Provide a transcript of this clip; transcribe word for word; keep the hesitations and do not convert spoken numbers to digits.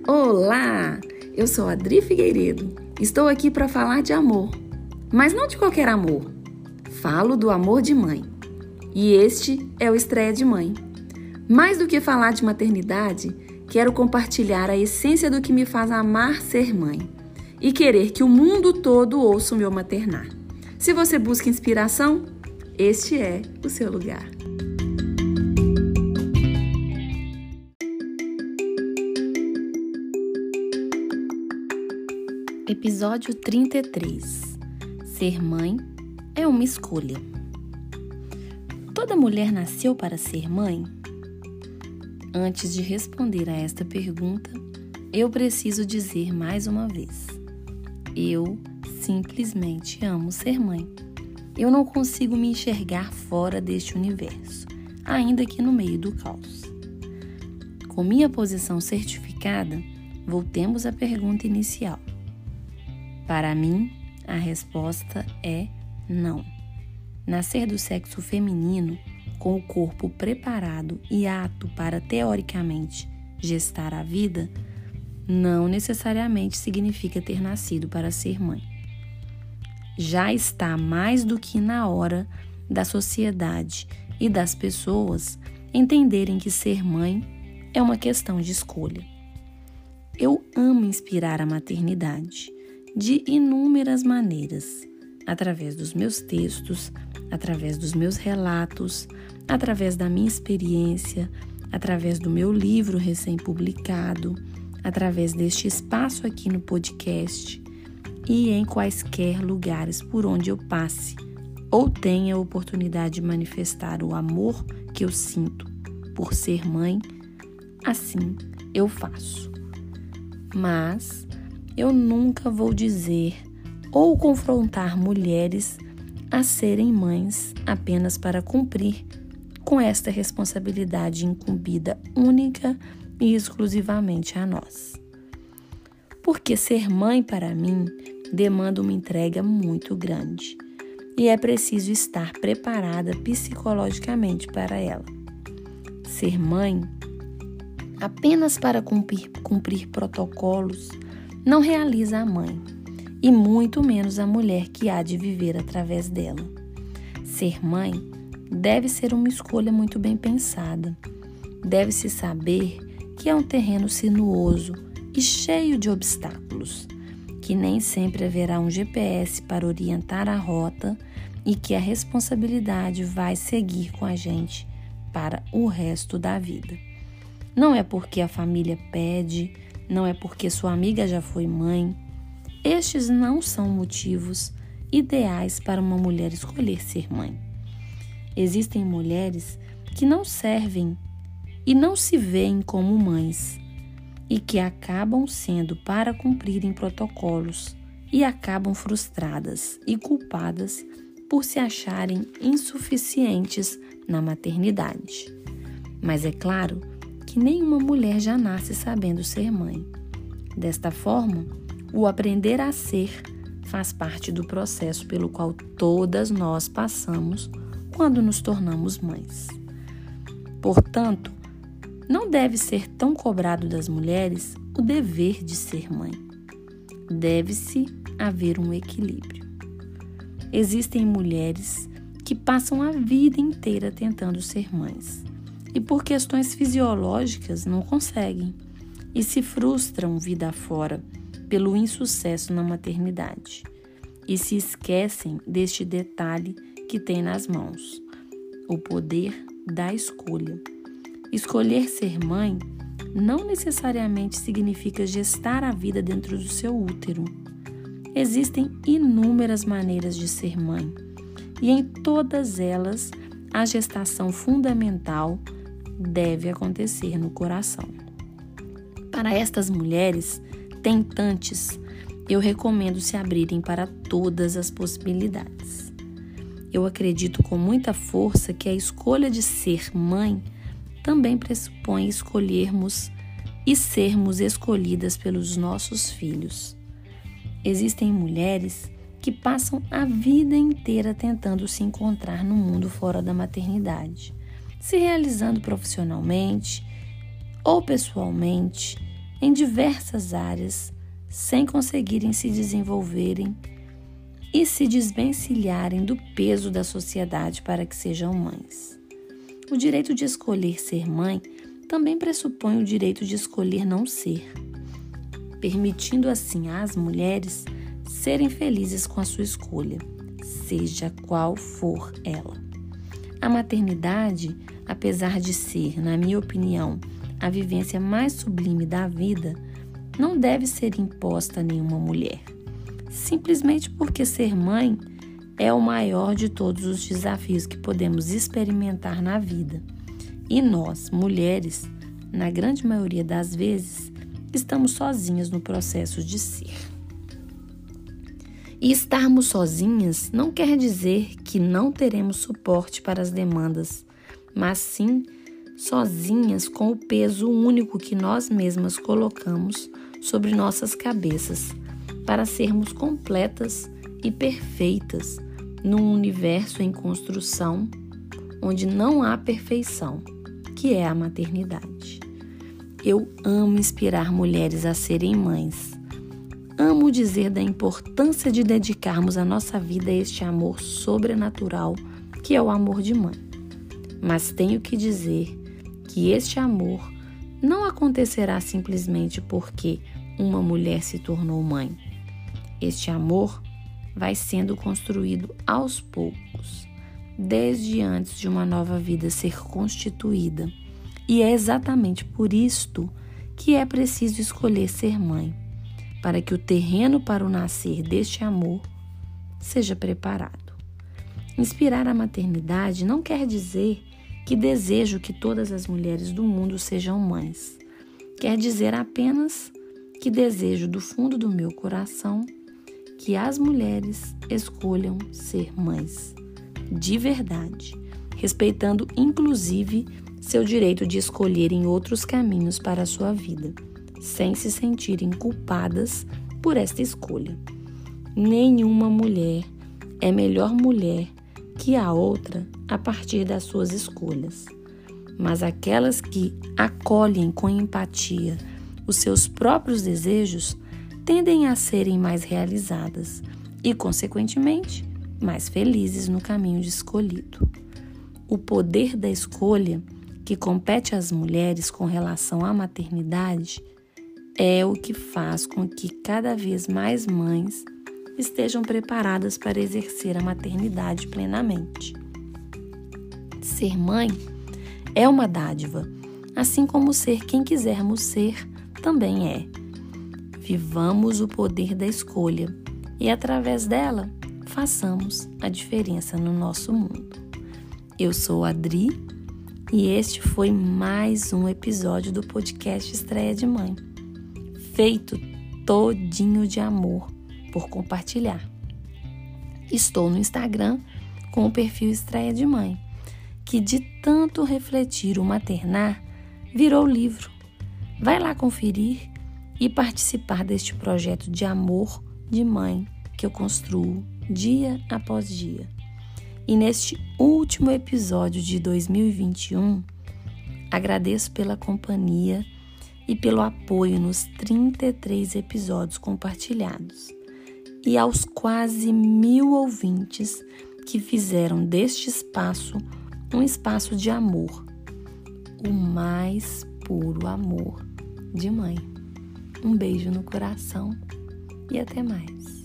Olá, eu sou Adri Figueiredo. Estou aqui para falar de amor, mas não de qualquer amor. Falo do amor de mãe. E este é o Estreia de Mãe. Mais do que falar de maternidade, quero compartilhar a essência do que me faz amar ser mãe e querer que o mundo todo ouça o meu maternar. Se você busca inspiração, este é o seu lugar. Episódio trinta e três. Ser mãe é uma escolha. Toda mulher nasceu para ser mãe? Antes de responder a esta pergunta, eu preciso dizer mais uma vez: eu simplesmente amo ser mãe. Eu não consigo me enxergar fora deste universo, ainda que no meio do caos. Com minha posição certificada, voltemos à pergunta inicial. Para mim, a resposta é não. Nascer do sexo feminino, com o corpo preparado e apto para, teoricamente, gestar a vida, não necessariamente significa ter nascido para ser mãe. Já está mais do que na hora da sociedade e das pessoas entenderem que ser mãe é uma questão de escolha. Eu amo inspirar a maternidade de inúmeras maneiras, através dos meus textos, através dos meus relatos, através da minha experiência, através do meu livro recém-publicado, através deste espaço aqui no podcast e em quaisquer lugares por onde eu passe ou tenha a oportunidade de manifestar o amor que eu sinto por ser mãe, assim eu faço. Mas eu nunca vou dizer ou confrontar mulheres a serem mães apenas para cumprir com esta responsabilidade incumbida única e exclusivamente a nós. Porque ser mãe, para mim, demanda uma entrega muito grande e é preciso estar preparada psicologicamente para ela. Ser mãe, apenas para cumprir, cumprir protocolos, não realiza a mãe, e muito menos a mulher que há de viver através dela. Ser mãe deve ser uma escolha muito bem pensada. Deve-se saber que é um terreno sinuoso e cheio de obstáculos, que nem sempre haverá um G P S para orientar a rota e que a responsabilidade vai seguir com a gente para o resto da vida. Não é porque a família pede, não é porque sua amiga já foi mãe. Estes não são motivos ideais para uma mulher escolher ser mãe. Existem mulheres que não servem e não se veem como mães e que acabam sendo para cumprirem protocolos e acabam frustradas e culpadas por se acharem insuficientes na maternidade. Mas é claro que nenhuma mulher já nasce sabendo ser mãe. Desta forma, o aprender a ser faz parte do processo pelo qual todas nós passamos quando nos tornamos mães. Portanto, não deve ser tão cobrado das mulheres o dever de ser mãe. Deve-se haver um equilíbrio. Existem mulheres que passam a vida inteira tentando ser mães e por questões fisiológicas não conseguem e se frustram vida afora pelo insucesso na maternidade e se esquecem deste detalhe que tem nas mãos, o poder da escolha. Escolher ser mãe não necessariamente significa gestar a vida dentro do seu útero. Existem inúmeras maneiras de ser mãe e em todas elas a gestação fundamental deve acontecer no coração. Para estas mulheres tentantes, eu recomendo se abrirem para todas as possibilidades. Eu acredito com muita força que a escolha de ser mãe também pressupõe escolhermos e sermos escolhidas pelos nossos filhos. Existem mulheres que passam a vida inteira tentando se encontrar no mundo fora da maternidade, se realizando profissionalmente ou pessoalmente, em diversas áreas, sem conseguirem se desenvolverem e se desvencilharem do peso da sociedade para que sejam mães. O direito de escolher ser mãe também pressupõe o direito de escolher não ser, permitindo assim às mulheres serem felizes com a sua escolha, seja qual for ela. A maternidade, apesar de ser, na minha opinião, a vivência mais sublime da vida, não deve ser imposta a nenhuma mulher, simplesmente porque ser mãe é o maior de todos os desafios que podemos experimentar na vida. E nós, mulheres, na grande maioria das vezes, estamos sozinhas no processo de ser. E estarmos sozinhas não quer dizer que não teremos suporte para as demandas, mas sim sozinhas com o peso único que nós mesmas colocamos sobre nossas cabeças para sermos completas e perfeitas num universo em construção onde não há perfeição, que é a maternidade. Eu amo inspirar mulheres a serem mães. Amo dizer da importância de dedicarmos a nossa vida a este amor sobrenatural, que é o amor de mãe. Mas tenho que dizer que este amor não acontecerá simplesmente porque uma mulher se tornou mãe. Este amor vai sendo construído aos poucos, desde antes de uma nova vida ser constituída. E é exatamente por isto que é preciso escolher ser mãe, para que o terreno para o nascer deste amor seja preparado. Inspirar a maternidade não quer dizer que desejo que todas as mulheres do mundo sejam mães. Quer dizer apenas que desejo do fundo do meu coração que as mulheres escolham ser mães, de verdade, respeitando inclusive seu direito de escolherem outros caminhos para a sua vida, sem se sentirem culpadas por esta escolha. Nenhuma mulher é melhor mulher que a outra a partir das suas escolhas, mas aquelas que acolhem com empatia os seus próprios desejos tendem a serem mais realizadas e, consequentemente, mais felizes no caminho escolhido. O poder da escolha que compete às mulheres com relação à maternidade é o que faz com que cada vez mais mães estejam preparadas para exercer a maternidade plenamente. Ser mãe é uma dádiva, assim como ser quem quisermos ser também é. Vivamos o poder da escolha e, através dela, façamos a diferença no nosso mundo. Eu sou a Adri e este foi mais um episódio do podcast Estreia de Mãe, feito todinho de amor por compartilhar. Estou no Instagram com o perfil Estreia de Mãe, que de tanto refletir o maternar virou livro. Vai lá conferir e participar deste projeto de amor de mãe que eu construo dia após dia. E neste último episódio de dois mil e vinte e um, agradeço pela companhia e pelo apoio nos trinta e três episódios compartilhados e aos quase mil ouvintes que fizeram deste espaço um espaço de amor, o mais puro amor de mãe. Um beijo no coração e até mais.